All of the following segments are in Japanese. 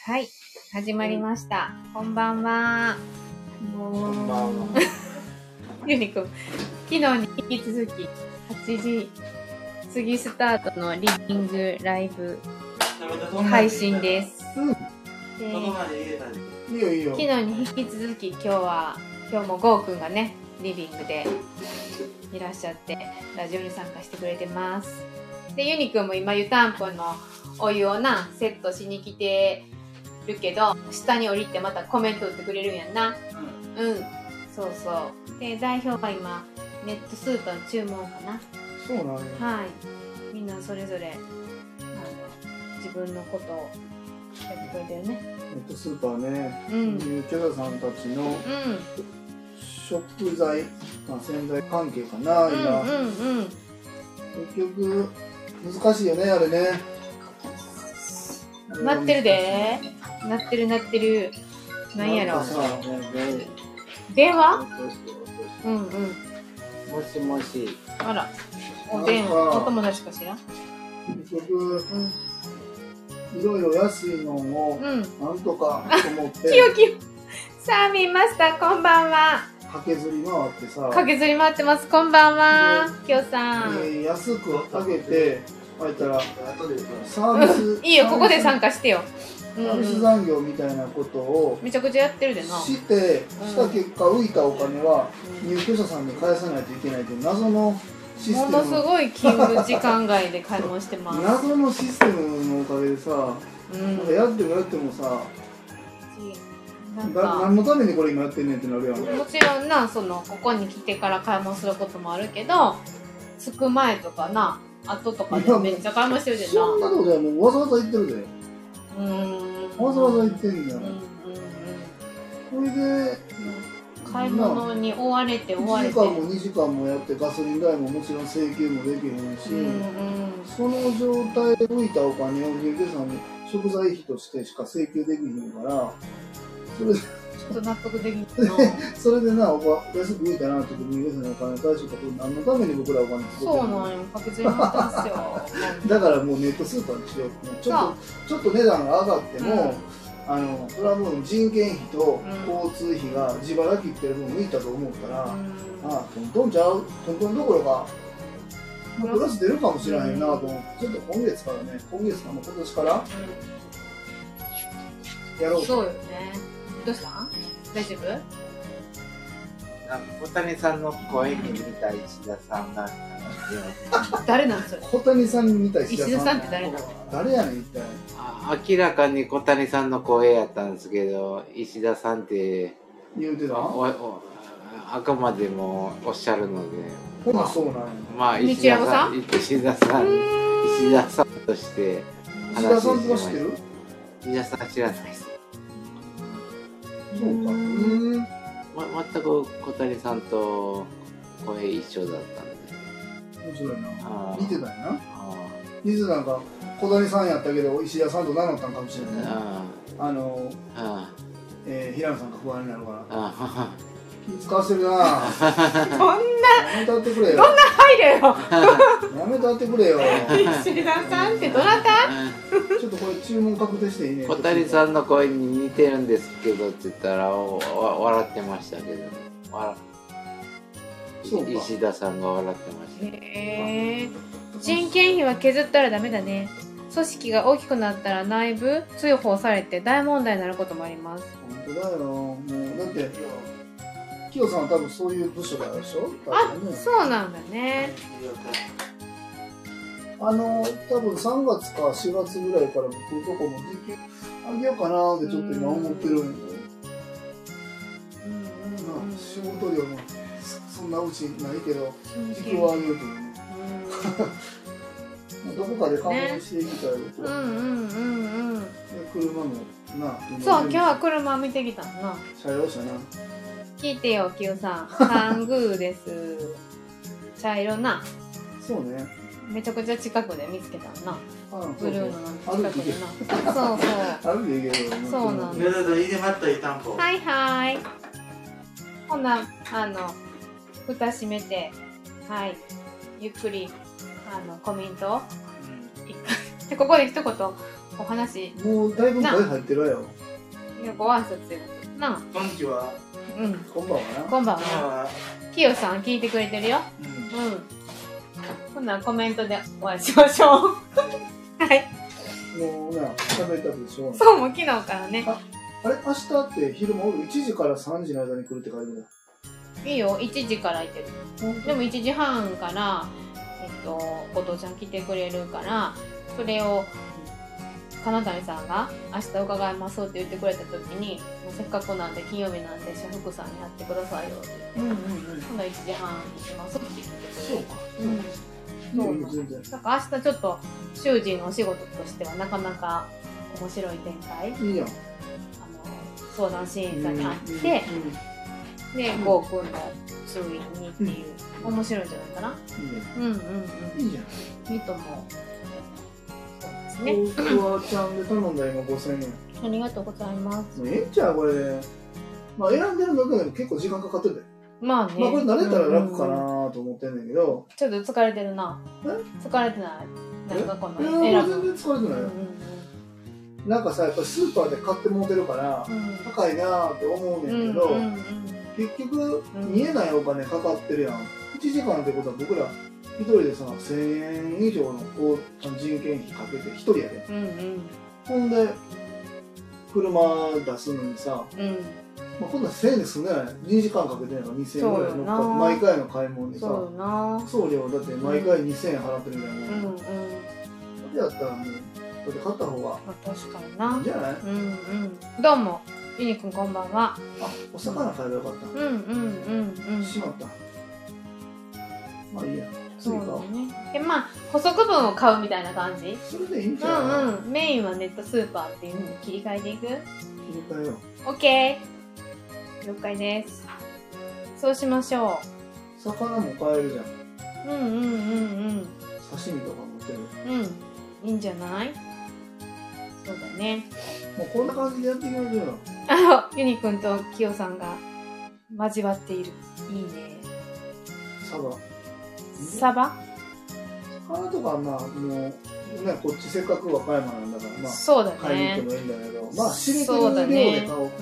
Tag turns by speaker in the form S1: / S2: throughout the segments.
S1: はい、始まりました。こんばんは。
S2: こんばんは。
S1: ゆにくん、昨日に引き続き8時過ぎスタートのリビングライブ配信です。
S2: いいよいいよ。
S1: 昨日に引き続き今日もゴーくんがねリビングでいらっしゃってラジオに参加してくれてます。でユニくんも今湯たんぽのお湯をなセットしに来てるけど下に降りてまたコメント打ってくれるんやんな。うん、そうそう。で代表は今ネットスーパーの注文かな。
S2: そうなんや。
S1: はい。みんなそれぞれ自分のことをやってくれてるね。
S2: ネットスーパーね。
S1: うん。
S2: キャラさんたちの食材、洗剤関係かな今。結局難しいよねあれね。
S1: なってるで。なってる。なんやろ。電話？うん。
S3: もしもし。
S1: あら。お友達かしら？
S2: 結局、いろいろ安いのをなんとかと思って。
S1: きよ。サーミンマスターこんばんは。
S2: 駆けずり回ってさ。
S1: 駆けずり回ってます。こんばんは。きよさん。
S2: 安く上げて、あえたらサービス。
S1: いいよここで参加してよ。
S2: サービス残業みたいなことを
S1: めちゃくちゃやってるでな。
S2: した結果浮いたお金は入居者さんに返さないといけないという謎のシステム。
S1: ものすごい勤務時間外で買い物してます。
S2: 謎のシステムのおかげでさ、なんかやってもさ、何のためにこれ今やってんねんってなるやん。
S1: もちろんなここに来てから買い物することもあるけど、着く前とかな後とかでめっちゃ買い物してるでな。
S2: そんなことでもうわざわざ言ってるで。わざわざ言ってんじゃん。それで
S1: 買い物に追われて1
S2: 時間も2時間もやってガソリン代ももちろん請求もできへんし、その状態で浮いたお金を入居者さんに食材費としてしか請求できへんから、それで
S1: ちょっと納得できない。
S2: それでな、安く浮いたなって言って入居者のお金返しとか何のために僕らお金使ってるの？
S1: そうなんよ、かけずり回ってますよ。
S2: だからもうネットスーパーにしよう。ちょっと値段が上がっても、それはもう人件費と交通費が自腹切ってる分浮いたと思ったら、トントンどころか、プラス出るかもしれへんなと思って、ちょっと今月からね、今年からやろうと。
S1: そうよね。どうしたん？大丈夫？
S3: 小谷さんの声に似た石田さんが
S1: 誰なんそれ？
S2: 小谷さんに似た
S1: 石田さんって誰なの？
S2: 誰やねん一体。
S3: 明らかに小谷さんの声やったんですけど、石田さんって
S2: 言うてた？
S3: あくまでもおっしゃるので、
S2: そうなんや。
S3: 石田さんとして
S2: 石田さんは知ってる？
S3: 石田さん知らないです。
S2: そうか。
S3: 全く小谷さんと声一緒だったんで。
S2: 面白いな。似てたんやな。似てたんか小谷さんやったけど石田さんと名乗ったんかもしれない。平野さんが不安になるから。気使わせるな。やめたってくれよ。
S1: どんな配慮よ。
S2: やめたってくれよ。
S1: 石田さんってどなた？
S2: ちょっとこれ注文確定していいね。
S3: 小谷さんの声に似てるんですけどって言ったら笑ってましたけど、石田さんが笑ってました。
S1: 人件費は削ったらダメだね。組織が大きくなったら内部通報されて大問題になることもあります。
S2: 本当だよ。もうだってキヨさんは多分そういう部署だでしょ。
S1: そうなんだね。
S2: 多分3月か4月ぐらいから僕のとこも時給上げようかなってちょっと今思ってるんで、仕事量もそんなうちないけど時給は上げようと思う。どこかで勘弁していきたいよと。車もな。
S1: そう今日は車見てきたな。
S2: 車用車な。
S1: 聞いてよキヨさん。カングーです。茶色な。
S2: そうね。
S1: めちゃくちゃ近くで見つけたな。ブルーの近くでな。そう。
S2: 歩いていけるよ。
S1: そうなんです。はいはい。ほな蓋閉めて、はい、ゆっくりコメント。でここで一言お話
S2: もうだいぶ声入ってるわよ。
S1: ご挨拶よな。
S2: こんにちは。
S1: うん、
S2: こんばんはな。
S1: こんばんは。きよさん聞いてくれてるよ。
S2: うん。
S1: うん。ほんならコメントでお会いしましょう。はい。
S2: もうな、喋りたくてしょうがない。
S1: そう、もう昨日からね。
S2: あれ、明日って昼間おる？ 1 時から3時の間に来るって書いてある。
S1: いいよ、1時から行ってる。でも1時半から、お父ちゃん来てくれるから、それを、金谷さんが明日伺いますって言ってくれた時に、もうせっかくなんで金曜日なんで、社福さんにやってくださいよって言って、ほんなら1時半行きますって言ってくれる。そうか。
S2: いいよ、全然。
S1: なんか明日ちょっと、習字のお仕事としてはなかなか面白い展開。
S2: いいやん。
S1: 相談支援さんに会って、で、ゴーくんの通院にっていう、面白いんじゃないかな。
S2: いいじゃん。
S1: いいと思う。そう
S2: ね。
S1: ですね。
S2: フワちゃんで頼んだ今5000円。
S1: ありがとうございます。
S2: もうええんちゃうこれで。まあ選んでるだけでも結構時間かかってて。
S1: まあね。
S2: まあこれ慣れたら楽かなと思ってんだけど。
S1: ちょっと疲れてるな。疲れてない？なんかこの
S2: 選ぶ。いや、全然疲れてないよ。なんかさ、やっぱスーパーで買ってもうてるから、高いなーって思うねんけど、結局、見えないお金かかってるやん。1時間ってことは僕ら、一人でさ、1000円以上の人件費かけて、一人やで。ほんで、車出すのにさ、まあ、今度は1000円で済んでない。2時間かけてないから2000円ぐらい乗っかって、毎回の買い物にさ、送料だって毎回2000円払ってるみたいな。それやったらもう、これで買った方が
S1: 確かにな。
S2: いいんじゃない？
S1: どうも、ゆにくんこんばんは。
S2: あ、お魚買えばよかった。しまった。まあいいや。次買おう。
S1: で、まあ、補足分を買うみたいな感じ？
S2: それでいいんじゃない？
S1: メインはネットスーパーっていう風に切り替えていく？
S2: 切り替えよ
S1: う。OK。了解です。そうしましょ
S2: う。魚も買えるじゃん。刺身とか持ってる。
S1: いいんじゃない？そうだね。
S2: もうこんな感じでやっていきましょうよ。
S1: ユニくんとキヨさんが交わっている。いいね。サバ？
S2: 魚とかまあもうね、こっちせっかく和歌山なんだからまあ
S1: そうだね。
S2: 買いに行ってもいいんだけど、まあ知れてる量で買おう。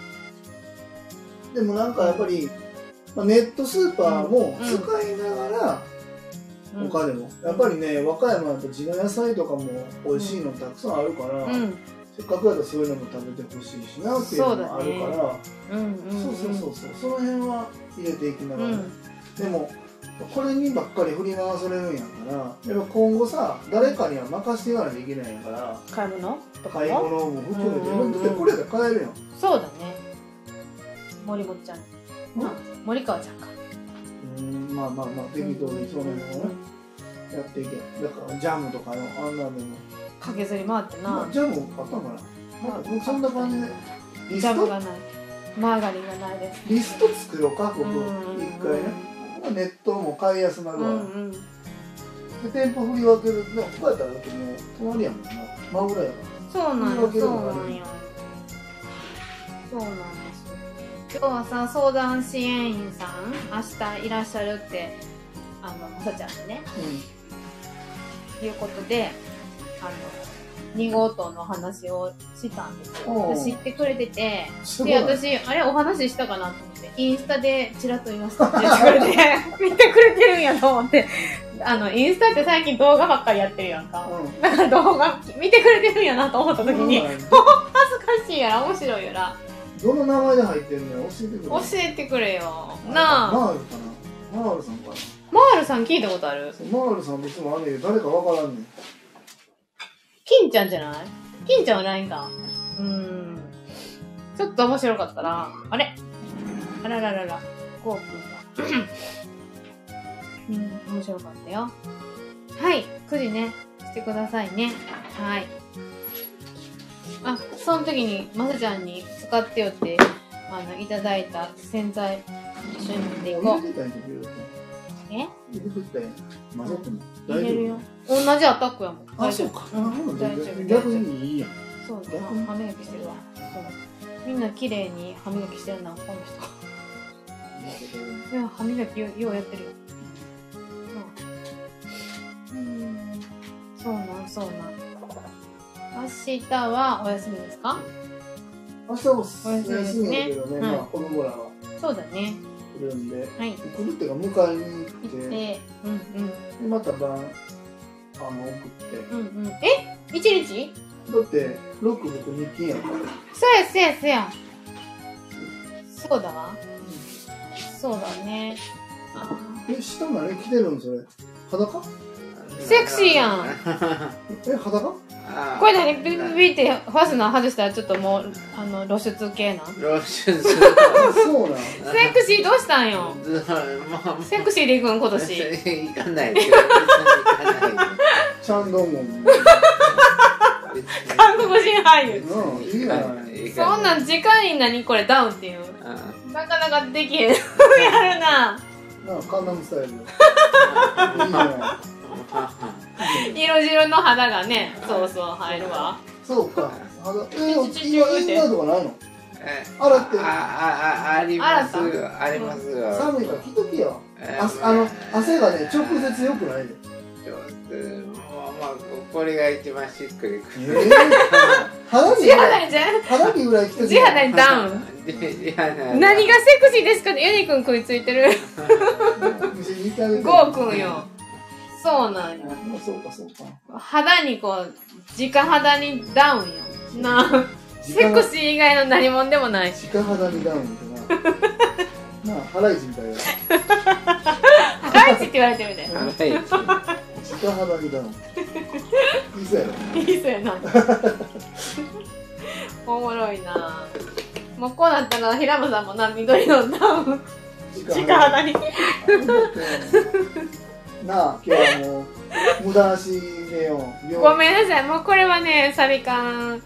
S2: でもなんかやっぱり、まあ、ネットスーパーも使いながら、他でもやっぱりね、和歌山だと地の野菜とかも美味しいのたくさんあるから、せっかくだとそういうのも食べてほしいしなっていうのもあるから、そうその辺は入れていきながらね。でもこれにばっかり振り回されるんやから、やっぱ今後さ、誰かには任せていかないといけないんやから、
S1: 買い物
S2: も含めて自分でこれで買えるやん。
S1: そうだね。森本ちゃん、森川ちゃんか。
S2: まあ適当にその辺をねやっていけ。だからジャムとかのあんなのも
S1: 駆けずり回ってな。
S2: ジャムあったんかな。なんかそんな感じで
S1: ジャムがない、マーガリンがないです。
S2: リスト作ろうか、僕一回ね。ネットも買いやすなるわ。で店舗振り分ける。でもこうやったらだってもう隣やもんな。真裏やから。
S1: そうなんよ。そうなんです。今日はさ、相談支援員さん明日いらっしゃるってまさちゃんにね、いうことで2号棟の話をしたんですよ。知ってくれてて、で私あれお話ししたかなと思ってインスタでチラッと見ましたって言ってくれて見てくれてるんやと思って、インスタって最近動画ばっかりやってるやんか、だから動画見てくれてるんやなと思った時に恥ずかしいやら面白いやら。
S2: どの名前で入ってるのよ、教えてくれ。
S1: 教えてくれよなあ。
S2: マールかな。マールさんかな。
S1: マールさん聞いたことある？
S2: マールさん別にあんねんけど誰かわからんねん。
S1: 金ちゃんじゃない？金ちゃんは LINE か。ちょっと面白かったら、あれあらららら、ゴーくんが。面白かったよ。はい、9時ね、してくださいね。はい。あ、その時に、まさちゃんに使ってよって、いただいた洗剤、一緒に持っていこう。え？
S2: 入れてたやん。混ぜても
S1: 入れるよ。同じアタックやもん。
S2: あ、そうか。
S1: 大丈夫。
S2: 逆にいいやん。
S1: そうだ、歯磨きしてるわ。そう。みんな綺麗に歯磨きしてるな、この人。いや、歯磨きようやってるよ。そうなん。 明日はお休みですか？
S2: 明日も
S1: お休みですね
S2: 休みだけどね、まあ子供らは
S1: そうだね。
S2: 来るんで、
S1: はい。
S2: 来るっていうか迎えに行って、
S1: で、
S2: でまた晩送って、
S1: 一日？
S2: だって僕日勤やから。
S1: そうや。そうだわ。そうだね。
S2: 下何着てるのそれ？裸？
S1: セクシーやん。
S2: 裸？
S1: これ何ビビビってファスナー外したらちょっともう露出系な。
S3: 露出。
S2: そうなん。
S1: セクシーどうしたんよ。セクシーで行くん今年。
S3: 行かない。
S2: ちゃんどんもん。
S1: 韓国人俳優。
S2: うん、いいな。
S1: そんなん時間に何これダウンっていう。なかなかできへん。やるな。
S2: カンナムスタイル。いいね。
S1: 色白の肌がね、そう入るわ。
S2: そうか。インナーとかないの？洗って。
S3: ありますよ。
S2: 寒いから着ときよ。汗がね直接良くないで。
S3: まあこれが一番しっくりくる。
S2: 肌着ぐらい着てる。
S1: 地肌にダウン。何がセクシーですかってユニくん食いついてる。ゴーくんよ。そうなんよ。
S2: そうか。
S1: 肌にこう直肌にダウンよ。セクシー以外の何もんでもない。
S2: 直肌にダウンってな。ハライチみたいな。
S1: ハライチって言われてるで。
S2: 直肌にダウン。いいそうやろ。
S1: いいそうやな。おもろいな。もうこうなったら平野さんも緑のダウン。直肌に。
S2: なあ、今日はもう無駄足でよ。
S1: ごめんなさい、もうこれはね、サビ缶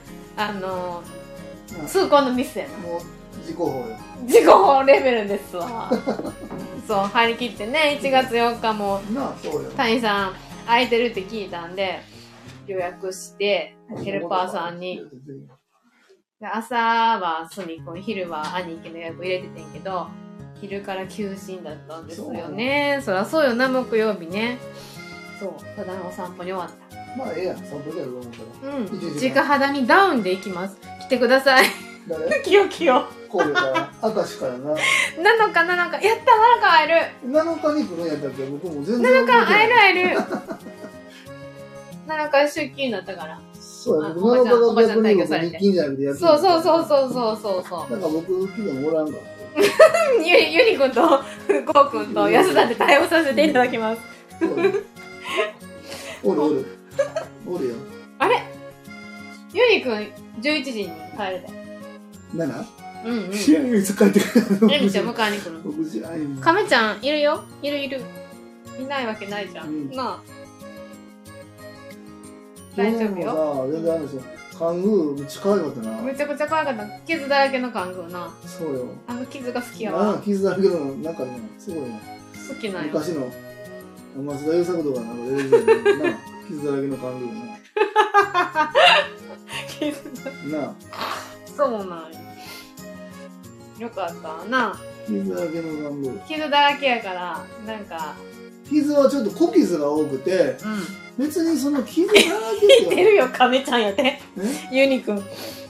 S1: 痛恨のミスやな。
S2: もう自己法よ。
S1: 自己法レベルですわ。そう張り切ってね、1月4日も谷さん空いてるって聞いたんで予約してヘルパーさんに。で朝はスミ君、昼は兄貴の予約入れててんけど。昼から休診だったんですよね。そりゃそうよな、木曜日ね。そう、ただのお散歩に終わった。
S2: まあええやん、散歩でやると思ったら。
S1: 直肌にダウンで行きます。来てください。
S2: 誰？
S1: きよ。
S2: 神戸から、明石からな。
S1: 7日、やった7日会える。
S2: 7日に来るんやったっけ？僕も全然。
S1: 7日会える。7日出勤になったから。
S2: そうや、僕7日が逆に僕日勤じゃなくて夜勤。
S1: そう。
S2: なんか僕昨日もおらんから。
S1: ゆりくんとゴーくんと安田で対応させていただきます。
S2: おるよ。
S1: あれゆりくん11時に帰るで。
S2: 7？知らんよ、いつ帰ってくる。
S1: ゆりちゃん迎えに来る。
S2: 僕知らんよ。
S1: 亀ちゃんいるよ。いる。いないわけないじゃん。なあ。大丈夫よ。
S2: 全然あるんですよ。カングーめっちゃ可愛かったな。
S1: めちゃくちゃ可愛かった。傷だらけのカングーな。
S2: そうよ。
S1: 傷が好きやわ。
S2: 傷だらけの中でもすごいな。
S1: 好きなんよ。
S2: 昔の松田優作とかなんか出てるよな。傷だらけのカングーな。傷なあ。
S1: そうなんよ。よかったな。
S2: 傷だらけのカングー。
S1: 傷だらけやからなんか。
S2: 傷はちょっと小傷が多くて。別にその傷だらけ
S1: 言ってるよ、亀ちゃんやってユニくん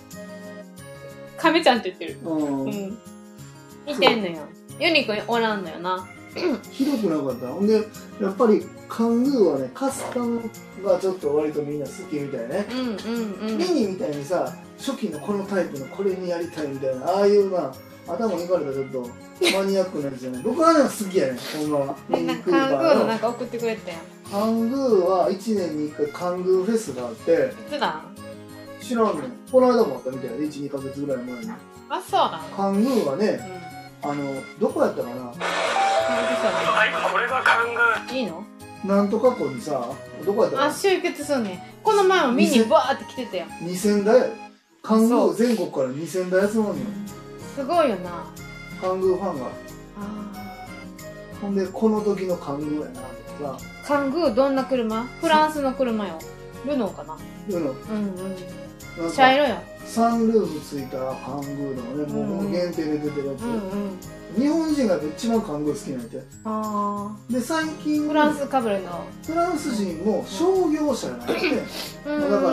S1: 亀ちゃんって言ってる。いてんのよ。ユニくんおらんのよな。
S2: ひどくなかった。ほんでやっぱりカングーはね、カスタムがちょっと割とみんな好きみたいね。ミニみたいにさ、初期のこのタイプのこれにやりたいみたいな、ああいうな頭にいかれたちょっとマニアックなやつじゃない。僕はでも好きやねん、ほんまは。
S1: カングーのなんか送ってくれてたやん。
S2: カングーは1年に1回カングーフェスがあって。
S1: いつだ？
S2: 知らんねん。この間もあったみたいで、1、2ヶ月ぐらい前に。
S1: あ、そうなの？
S2: カングーはね、どこやったかな？
S4: はい、これがカングー。
S1: いいの？
S2: なんとか湖にさ、どこやったかな？
S1: 集結すんねん。この前も見にバーって来てたよ。
S2: 2000台やで。カングー全国から2000台集まんねん。
S1: すごいよな。
S2: カングーファンが。ほんで、この時のカングーやなとかさ。
S1: カングーどんな車？フランスの車よ。ルノーかな？
S2: ルノ
S1: ー。茶色よ。
S2: サンルームついたカングーのね、もう限定で出てるやつ。日本人が一番カングー好きなんやて。で、最近
S1: フランスかぶるの。
S2: フランス人も商業車やないて。だから、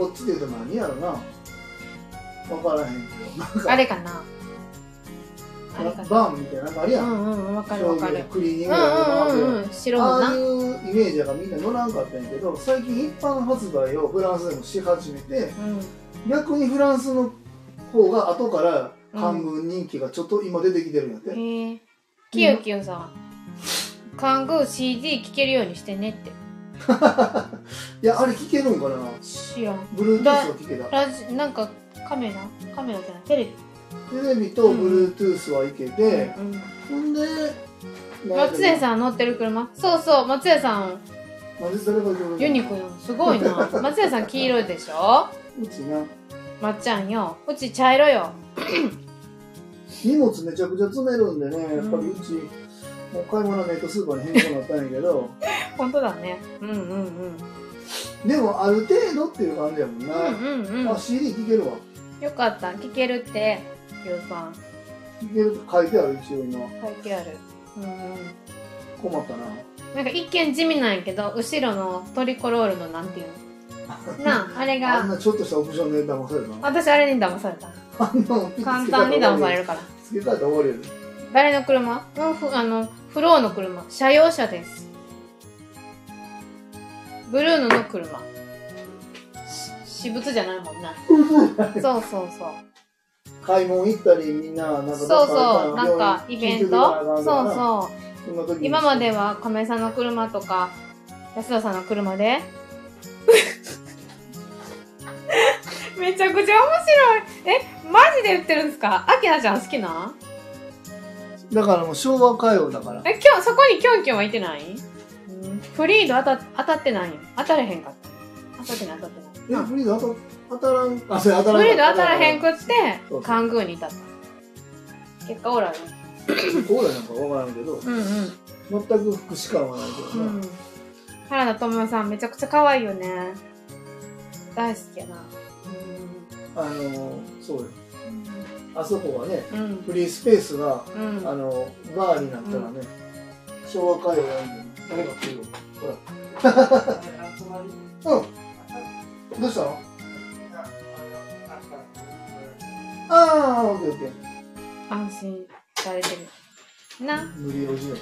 S2: こっちで言うと何やろな、分からへんけど、なんか
S1: あれかな、あれかな、
S2: バンみたいな、なんかあるやん、
S1: 分かる分かる、
S2: クリーニングや
S1: 白のな、
S2: ああいうイメージがみんな乗らんかったんやけど、最近一般発売をフランスでもし始めて、逆にフランスの方が後から韓軍人気がちょっと今出てきてるんやって。
S1: へえ。きよきよさん、韓軍 CD 聴けるようにしてねって。
S2: いや、あれ聞けるんかな、
S1: 知らん。
S2: Bluetooth は聞けた。
S1: なんかカメラじゃない、テレビ。
S2: テレビと Bluetooth はいけて、ほんで、
S1: 松江さん乗ってる車、そうそう、松江さん、ユニクロ、すごいな。松江さん黄色いでしょ、
S2: うちな。
S1: まっちゃんよ、うち茶色よ。
S2: 荷物めちゃくちゃ詰めるんでね、やっぱりうち、もう買い物はネットスーパーに変更になったんやけど、
S1: 本当だね。
S2: でもある程度っていう感じやもんな。あ、CD 聴けるわ。
S1: よかった、聴けるって、きよさん。
S2: 聴けるって書いてある、一応今。
S1: 書いてある。
S2: 困ったな。
S1: なんか一見地味なんやけど、後ろのトリコロールのなんていうのなあ、あれが。
S2: あんなちょっとしたオプションで騙されたの。
S1: 私あれに騙された。
S2: あんなの
S1: 簡単に騙されるから。
S2: 付け替えたら終わりやで。
S1: 誰の車？フローの車。車用車です。ブルーノの車。私物じゃないもんな。そうそうそう。
S2: 買い物行ったりみんな、なんか
S1: そうそう、なんかイベント、そうそう。今までは亀井さんの車とか安田さんの車でめちゃくちゃ面白い。マジで言ってるんですか？あきなちゃん好きな？
S2: だからもう昭和歌謡だから。
S1: 今日そこにキョンキョンはいてない？フリード当たってないよ。当たれへんかった。当たってない。
S2: フリード当たらん。あ、それ当たらん。
S1: フリード当たらへんくって、関宮に至った。結果オーラル。
S2: オーラルなんかわからんけど、全く福祉感はないけどな。
S1: 原田知世さんめちゃくちゃ可愛いよね。大好きやな。
S2: そうよ。あそこはね、フリースペースが、バーになったらね、昭和歌謡やんで、誰か来るよ。ほら。どうしたの？ああ、オッケーオッケー。
S1: 安心されてる。な。
S2: 無理おじよ。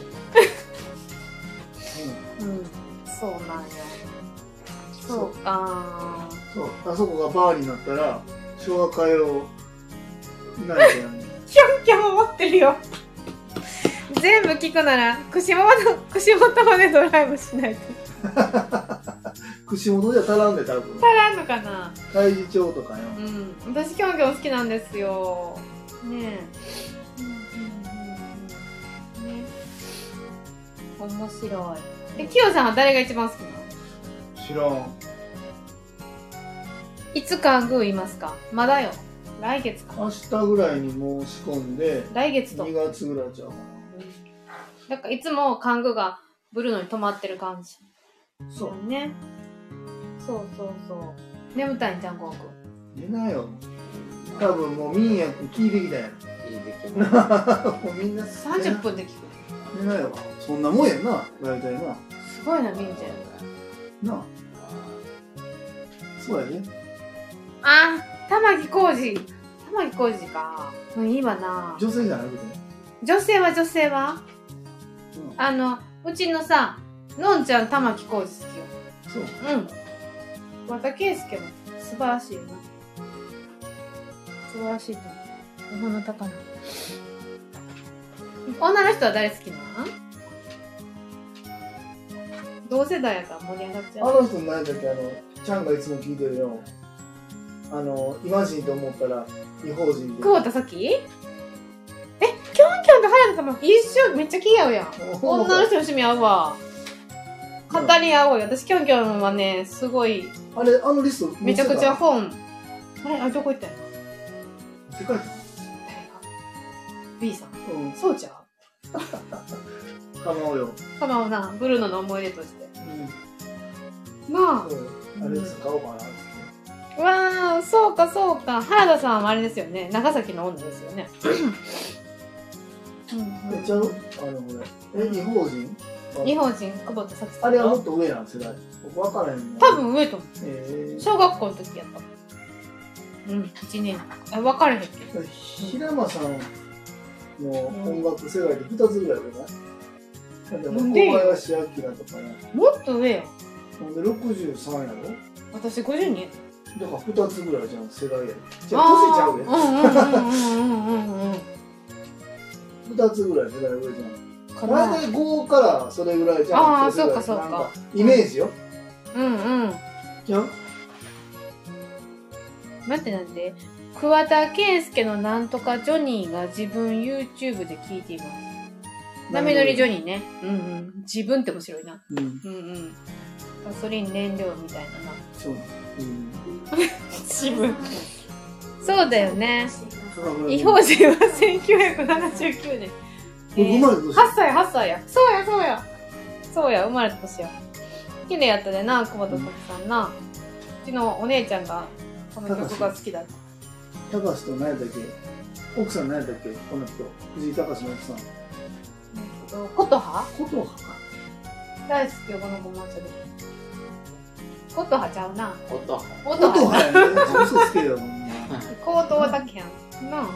S1: そうなんや。そうか。
S2: そう、あそこがバーになったら、昭和歌謡ないじゃん。
S1: キョンキョン持ってるよ。全部聞くなら、串本までドライブしないと。
S2: 串本じゃ足らんで、多分。
S1: 足らんのかな。
S2: 太地町とかよ。
S1: 私キョンキョン好きなんですよ。ねえ。ね。面白い。キヨさんは誰が一番好きなの？
S2: 知らん。い
S1: つ関宮いますか？まだよ。来月か。
S2: 明日ぐらいに申し込んで。
S1: 来月と。
S2: 2月ぐらいちゃうかな。
S1: なんかいつも関宮がブルーノに泊まってる感じ。
S2: そう
S1: ね。そう。眠たいんじゃん、ゴーく
S2: ん。寝なよ。多分もうミンヤ君聞いてきたやん。
S3: 聞いてきま
S2: もうみんな。
S1: 30分で聞く。
S2: 寝なよ。そんなもんやんな、大体な。
S1: すごいな、ミンちゃん。
S2: なあ。そうやね。
S1: 玉置浩二か。もういいわな。
S2: 女性じゃなくてね。
S1: 女性は、うちのさ、のんちゃん玉置浩二好きよ。
S2: そう。
S1: 和田圭介も素晴らしいよな。素晴らしいと思う。日本の宝。女の人は誰好きな？同世代やから盛り上がっちゃう。
S2: あの人何だっけ、ちゃんがいつも聞いてるよ。イマジンと思ったら違法人で。
S1: 久保田早紀？キョンキョンと原田さんも一緒、めっちゃ気合うやん。女の人の趣味合うわ。語り合おうよ。私キョンキョンはね、すごい。
S2: あれ、あのリスト
S1: めちゃくちゃ本。あれどこ行ったんや
S2: ろ？世界人？
S1: 誰が ?B さん。そうじゃん。
S2: かまおよ。
S1: かまおな、ブルーノの思い出として。なあ。
S2: あれ使おうかなって。
S1: うわあ、そうか。原田さんはあれですよね。長崎の女ですよね。
S2: ちゃう？これ。違法人？
S1: 日本人、久保田早紀さん。
S2: あれはもっと上なん世代。 僕分からへんね。
S1: 多分上と思う。
S2: え
S1: 小学校の時やった。1年。分からへんけど。
S2: 平間さんの音楽世代で2つぐらいじゃない？
S1: なんで
S2: 小林明とかね。
S1: もっと上や。
S2: なんで63やろ？
S1: 私52。
S2: だから2つぐらいじゃん、世代やろ。じゃあ、年ちゃうで。2つぐらい世代上じゃん。大体5からそれぐらいじゃん。
S1: ああ、そうかそうか。
S2: イメージよ。
S1: いや待ってなんで桑田佳祐のなんとかジョニーが自分 YouTube で聞いています。波乗りジョニーね。自分って面白いな。ガソリン燃料みたいなな。
S2: そう。
S1: 自分。そうだよね。違法人は1979年。
S2: 生まれた年。
S1: 8歳や。そうや、生まれた年や。綺麗やったでな、久保田早紀さんな。うちのお姉ちゃんがこの曲が好きだった。
S2: 高橋と何やったっけ？奥さん何やったっけ？この人。藤井隆の奥さん。
S1: 琴葉？
S2: 琴葉か。
S1: 大好きよ、この子もちょっと。琴葉ちゃうな。
S3: 琴
S2: 葉やね。嘘つけよ。
S1: 高等だけやん。なあ。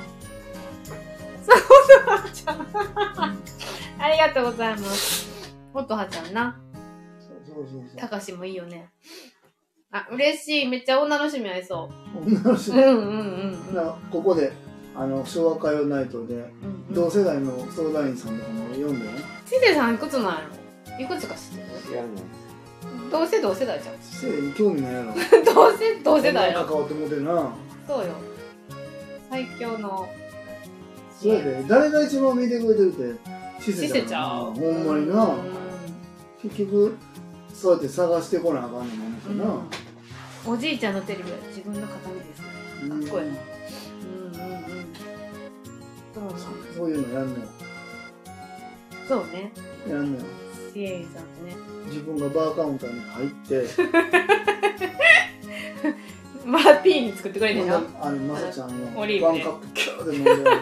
S1: 琴葉ちゃん。ありがとうございます。琴葉ちゃんな。高しもいいよね。あ、嬉しい。めっちゃ女の趣味合いそう。
S2: 女の趣味。ここで昭和歌謡ナイトで同世代の相談員さんとかも読んでね。
S1: ちでさんいくつなんやろ？いくつか知ってる？
S3: 知らない。
S1: 同世代じゃん。
S2: 世代に興味ないやろ。
S1: 同世代やろ。
S2: 関わってもてんな。
S1: そうよ。最強の。
S2: そうやで。誰が一番見てくれてるってシセちゃん。ほんまにな。結局そうやって探してこなあかんねんもんですな。
S1: おじいちゃんのテレビは自分の形見ですね。かっこいい。
S2: そういうのやんのよ。
S1: そうね。
S2: やんのよ。
S1: シエリさんとね。
S2: 自分がバーカウンターに入って。
S1: まあティーに作ってくれてんの？
S2: まさちゃんの
S1: ワンカ
S2: ップキューで飲んで。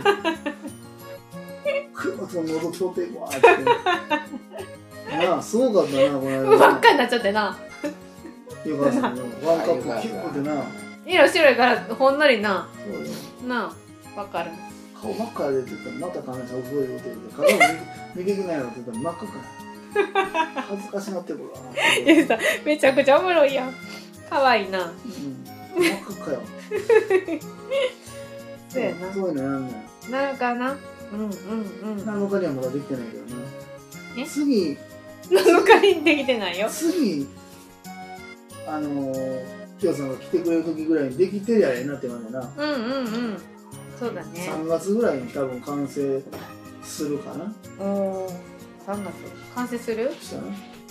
S2: くっと喉通っていくわーって。なあ、すごかったな、これ。
S1: 真っ赤になっちゃってな。
S2: よかったね。ワンカップキューってな。
S1: 色白いからほんのりな。なあ、わかる。
S2: 顔真っ赤でって言ったら、また金さん覚えるって言って、鏡見てきないのって言ったら真っ赤か。恥ずかしなってくるわ。
S1: いやさ、めちゃくちゃおもろいやん。かわいいな。
S2: 真っ赤かよ。
S1: そうやな。
S2: そういうのやんねん。
S1: なるかな。
S2: 7日にはまだできてないけどな。次。
S1: 7日にできてないよ。
S2: 次、きよさんが来てくれる時ぐらいにできてりゃええなって感じだな。
S1: そうだね。
S2: 3月ぐらいに多分完成するかな。
S1: 3月完成する？
S2: したな。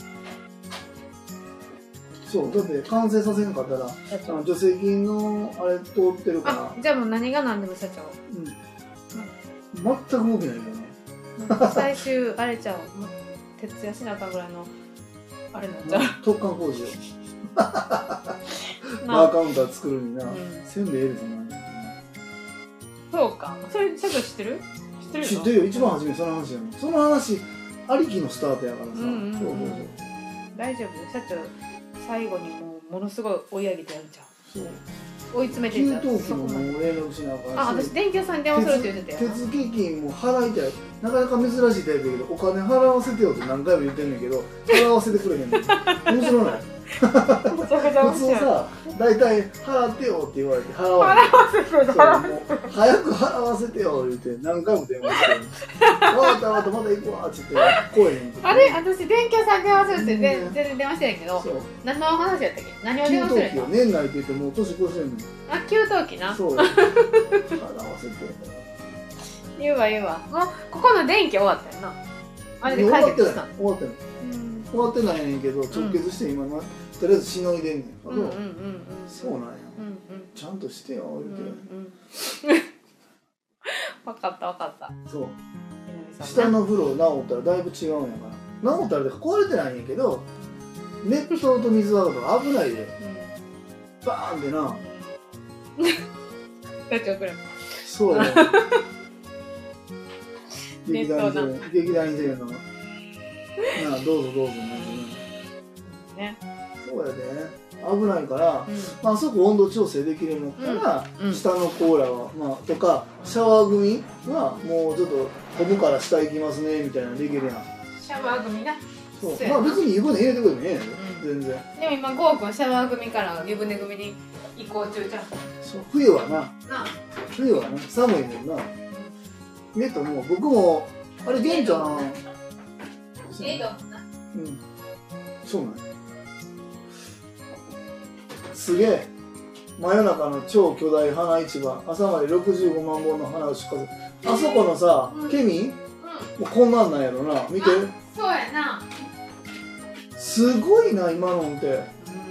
S2: そう、だって完成させんかったら助成金のあれ通ってるから。
S1: じゃあもう何が何でも社長。
S2: 全く動きないよ
S1: ね。最終あれちゃう。徹夜しなあかんぐらいのあれなんちゃう。
S2: 突貫工事よ。バーカウンター作るにな。せんでええですもんね。
S1: そうか。それ社長知ってる？
S2: 知ってるよ。一番初めその話やもん。その話ありきのスタートやからさ。
S1: 大丈夫。社長最後にものすごい追い上げてやるじゃん。そう。追い詰めて
S2: るじゃん。給湯器も連絡しながら。
S1: 私電気屋さんに電話するって言ってたよ。
S2: 手付金も払いたい。なかなか珍しいタイプだけど、お金払わせてよって何回も言ってんねんけど、払わせてくれへんねん。面白ない。普通さ、大体払ってよって言われて払わない。早く払わせてよ言って何回も電話してる。わかったまた行くわって言って来えへん。
S1: あれ私電気屋さん電話するって全然電話してないけど、何の話やったっけ？何を電話するの？
S2: 給湯器を年内って言ってもう年越してんの。
S1: あ、給湯器な。そう。払わ
S2: せてよ。
S1: 言うわ。もうここの電気終わったよな。あれで解決した。
S2: 終わってない。終わってないねんけど直結して今とりあえずしのいでんねん。そうなんや。ちゃんとしてよ言うて。
S1: 分かった。
S2: そう。下の風呂直ったらだいぶ違うんやから。直ったら壊れてないんやけど熱湯と水は危ないで。バーンってな。そうや。劇団員制のなあどうぞね。 そうやで危ないから、まあそこ温度調整できるのから、下のコーラは、まあ、とかシャワー組はもうちょっと混むから下行きますねみたいなのできるやん。
S1: シャワー組な。
S2: そうまあ別に湯船入れてくれてもええやん、全然。
S1: でも今ゴーくんシャワー組から湯船組に移行中じゃん。
S2: そう冬はな冬はな寒いもんな。もう僕もあれ玄ちゃんうんそうなんや。すげえ真夜中の超巨大花市場、朝まで65万本の花を出荷する。あそこのさ、ケミもうこんなんなんやろな。見て、
S1: そうやな。
S2: すごいな今のんて。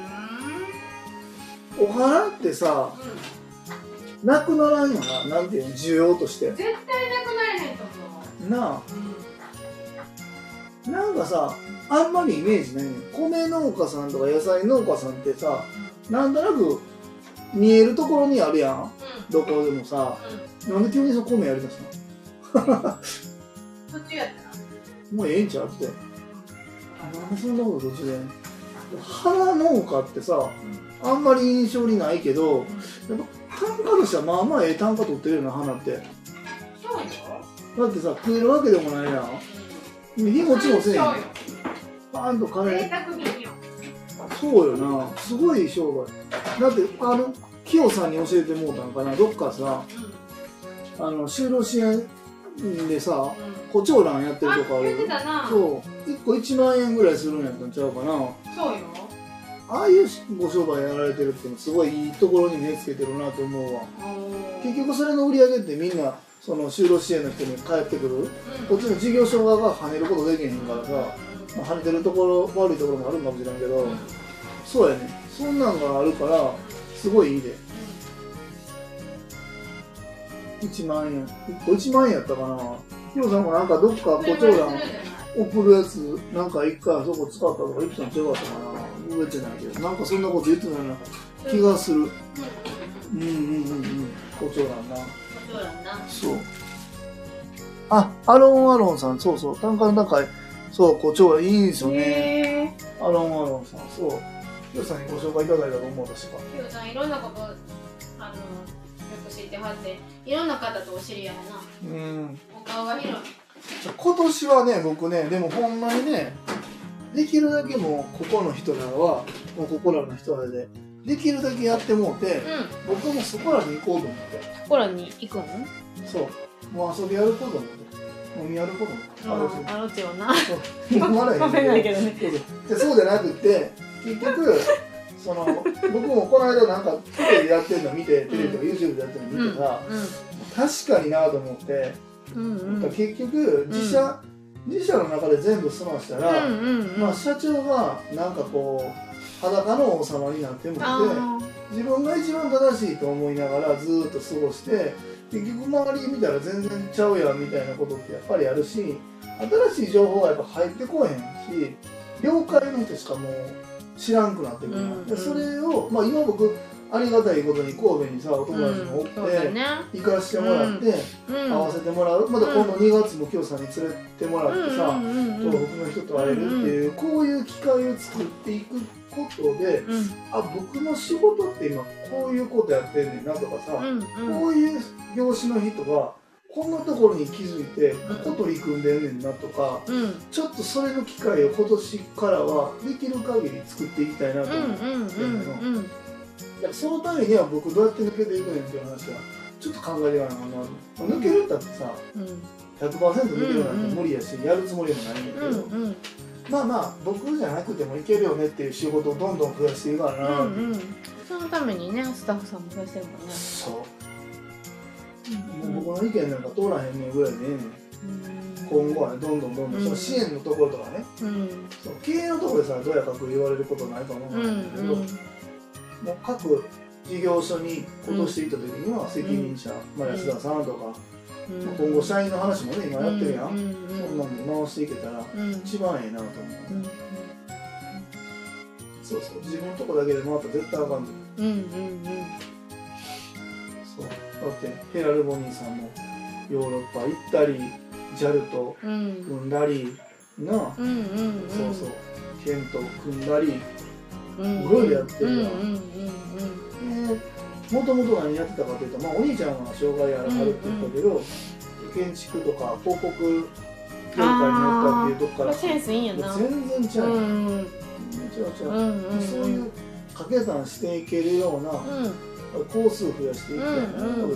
S2: お花ってさ、なくならんよな。なんていうの、需要として。
S1: 絶対なくなれへんと思う。
S2: なあ、なんかさ、あんまりイメージないねん。米農家さんとか野菜農家さんってさ、なんとなく見えるところにあるやん、どこでもさ、なんで急にその米やりだしたの
S1: 途中やったな。
S2: もうええんちゃうって。なんでそんなこと途中で。花農家ってさ、あんまり印象にないけど、やっぱ単価としてはまあまあええ単価取ってるような花って。
S1: そうよ。
S2: だってさ、食えるわけでもないやん。日持ちもせえへん。パーンと買える。
S1: 贅沢品よ。
S2: そうよな、すごい商売。だってキヨさんに教えてもうたんかな、どっかさ、就労支援でさ、胡蝶蘭やってるとこある。そう、1個1万円ぐらいするんやったんちゃうかな。
S1: そうよ。
S2: ああいうご商売やられてるってすごいいいところに目つけてるなと思うわ。結局それの売り上げってみんなその就労支援の人に返ってくる、こっちの事業所側が跳ねることできへんからさ、まあ、跳ねてるところ悪いところもあるかもしれんけど、そうやね、そんなんがあるからすごいいいで。1万円1個1万円やったかな。ヒロさんもなんかどっか胡蝶蘭送るやつなんか1回そこ使ったとか言ってたん違かったかな。覚えてないけどなんかそんなこと言ってたような気がする。胡蝶蘭な。そう。あ、アロンアロンさん、そうそう、単価の高い、そう、胡蝶蘭いいんですよね。アロンアロンさん、そう。ヒロさんにご紹介いただいたと思う、確か。
S1: ヒロさん、いろんなこと、よく知ってはって、いろんな方とお知り合いやな。お顔が広い。
S2: 今年はね、僕ね、でもほんまにね、できるだけもう、ここの人らは、もうここらの人らで、できるだけやってもうて、僕もそこらに行こうと思って。
S1: そこらに行くの？
S2: そう。もう遊びやること思って。飲みやること思って。
S1: あのちはな。
S2: 飲まれへんけどね。そうじゃなくて、結局、僕もこの間なんかテレビでやってるの見て、テレビとか YouTube でやってるの見てさ、確かになと思って、結局自社の中で全部済ましたら、まあ社長がなんかこう裸の王様になってもって自分が一番正しいと思いながらずーっと過ごして、結局周り見たら全然ちゃうやんみたいなことってやっぱりあるし、新しい情報がやっぱ入ってこえへんし、業界の人しかもう知らんくなってくる、でそれを、まあ、今僕ありがたいことに神戸にさお友達もおって、行かしてもらって、会わせてもらう、また今度2月も京さんに連れてもらってさ、東北の人と会えるっていう、こういう機会を作っていくことで、あ、僕の仕事って今こういうことやってんねんなとかさ、こういう業種の人がこんなところに気づいてここ取り組んでんねんなとか、ちょっとそれの機会を今年からはできる限り作っていきたいなと思ってるの。そのためには僕どうやって抜けていくねんっていう話はちょっと考えていかなあかんな。抜けるったってさ、100% 抜けるなんて無理やし、やるつもりもないんだけど、まあまあ僕じゃなくてもいけるよねっていう仕事をどんどん増やしていかな。
S1: そのためにね、スタッフさんも増やしてるもんね。
S2: そう。もう僕の意見なんか通らへんねんぐらいでええねん。今後はね、どんどんその支援のところとかね、そう経営のところでさ、どうやかく言われることないと思うんだけど、もう各事業所に落としていった時には責任者、安田さんとか、今後社員の話もね、今やってるやん。そんなんで回していけたら一番ええなと思う。そうそう、自分のとこだけで回ったら絶対あかんで。そう、だってヘラルボニーさんもヨーロッパ行ったり、JAL と組んだりな、そうそう、県と組んだり、 いろいろやってるわ。もともと何やってたかというと、まあ、お兄ちゃんは障害あるって言ったけど、建築とか広告業界にやったっていうとこから
S1: センスいいんやな。
S2: 全然違う。そういう掛け算していけるような工数増やしていきたいな。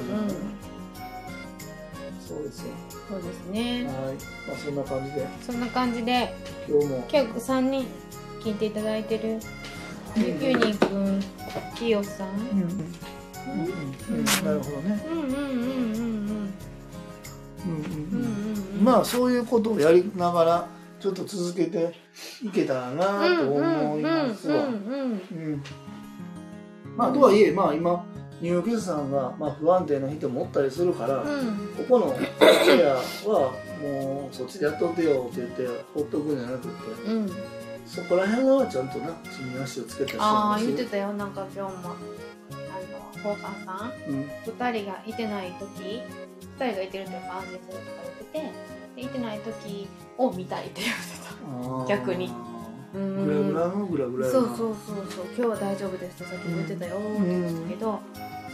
S2: そうですよ。
S1: そうですね。
S2: はい。まあそんな感じで。
S1: そんな感じで
S2: 今日も
S1: 結構3人聞いていただいてる。ゆきにくん、きよさん。
S2: なるほどね。まあそういうことをやりながらちょっと続けていけたらなと思いますわ。まあとはいえ、まあ今入居者さんがまあ不安定な人もおったりするから、ここのチェアはもうそっちでやっとってよって言ってほっとくんじゃなくて、そこら辺はちゃんとな地に足をつけて
S1: ああ言ってたよ。なんか今日もフォーカーさん、2人がいてない時、2人がいてると安心するとか言ってて、いてない時を見たいって言ってた。逆に
S2: グラグラのグラグラ。
S1: そう今日は大丈夫ですってさっき言ってたよって言ってたけど、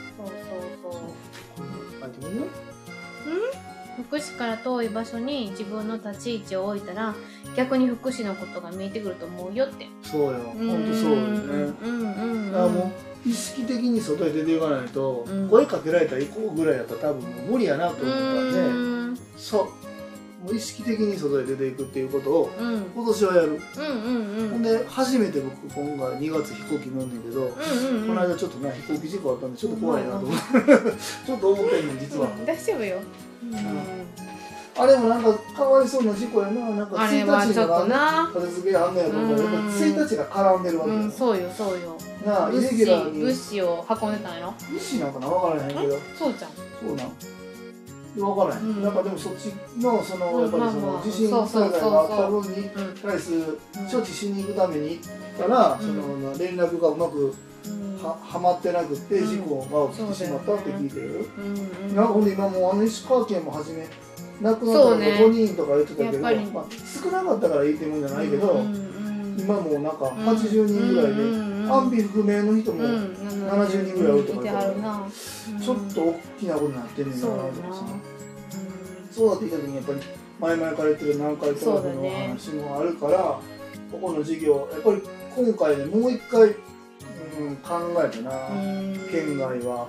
S1: 福祉から遠い場所に自分の立ち位置を置いたら逆に福祉のことが見えてくると思うよって。
S2: そうよ、本当そうよね。だからもう意識的に外へ出ていかないと、声かけられたら行こうぐらいだったら多分もう無理やなと思ったんで、もう意識的に外へ出ていくっていうことを今年はやる。ほんで初めて僕今回2月飛行機乗んねんけど、この間ちょっとね飛行機事故あったんでちょっと怖いなと思ってちょっと思ってんねん実は。
S1: 大丈夫よ。
S2: あれもなんかかわいそうな事故やな。なんか1日
S1: が
S2: 片付けあんのやと思ったらやっぱ1日が絡んでるわけよ。
S1: そうよ
S2: なあイレギュラーに
S1: 物資を運んでたんやろ。
S2: 物資なんかな分からへんけど。
S1: そうじゃん。
S2: そうなん分からへん。なんかでもそっちのそのやっぱりその地震災害があった分に対する処置しに行くために行ったらその連絡がうまくはまってなくて事故が起きてしまったって聞いてる。ほんで今もう石川県も初め亡くなったのが5人とか言ってたけど、まあ少なかったからいいってもんじゃないけど、今もうなんか80人ぐらいで安否不明の人も70人ぐらいおるとか言ってたから、ちょっと大きなことになってんねんなとかさ。そうだって言った時にやっぱり前々から言ってる南海トラフの話もあるから、ここの事業やっぱり今回でもう一回考えたな、県外は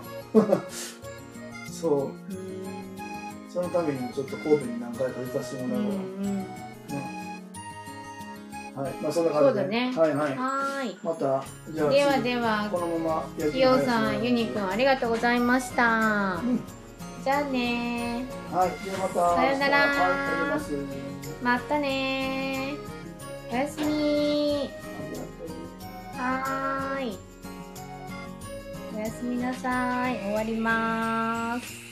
S2: そうそのためにもちょっと神戸に何回か行かせてもらうわ。はい、まあそんな感じで。はい。またじゃあ
S1: では
S2: このまま
S1: きよさん、ゆにくんありがとうございました。じゃあね。
S2: はい、ではまた。
S1: さよなら。またね。おやすみ。はーい。おやすみなさい。終わります。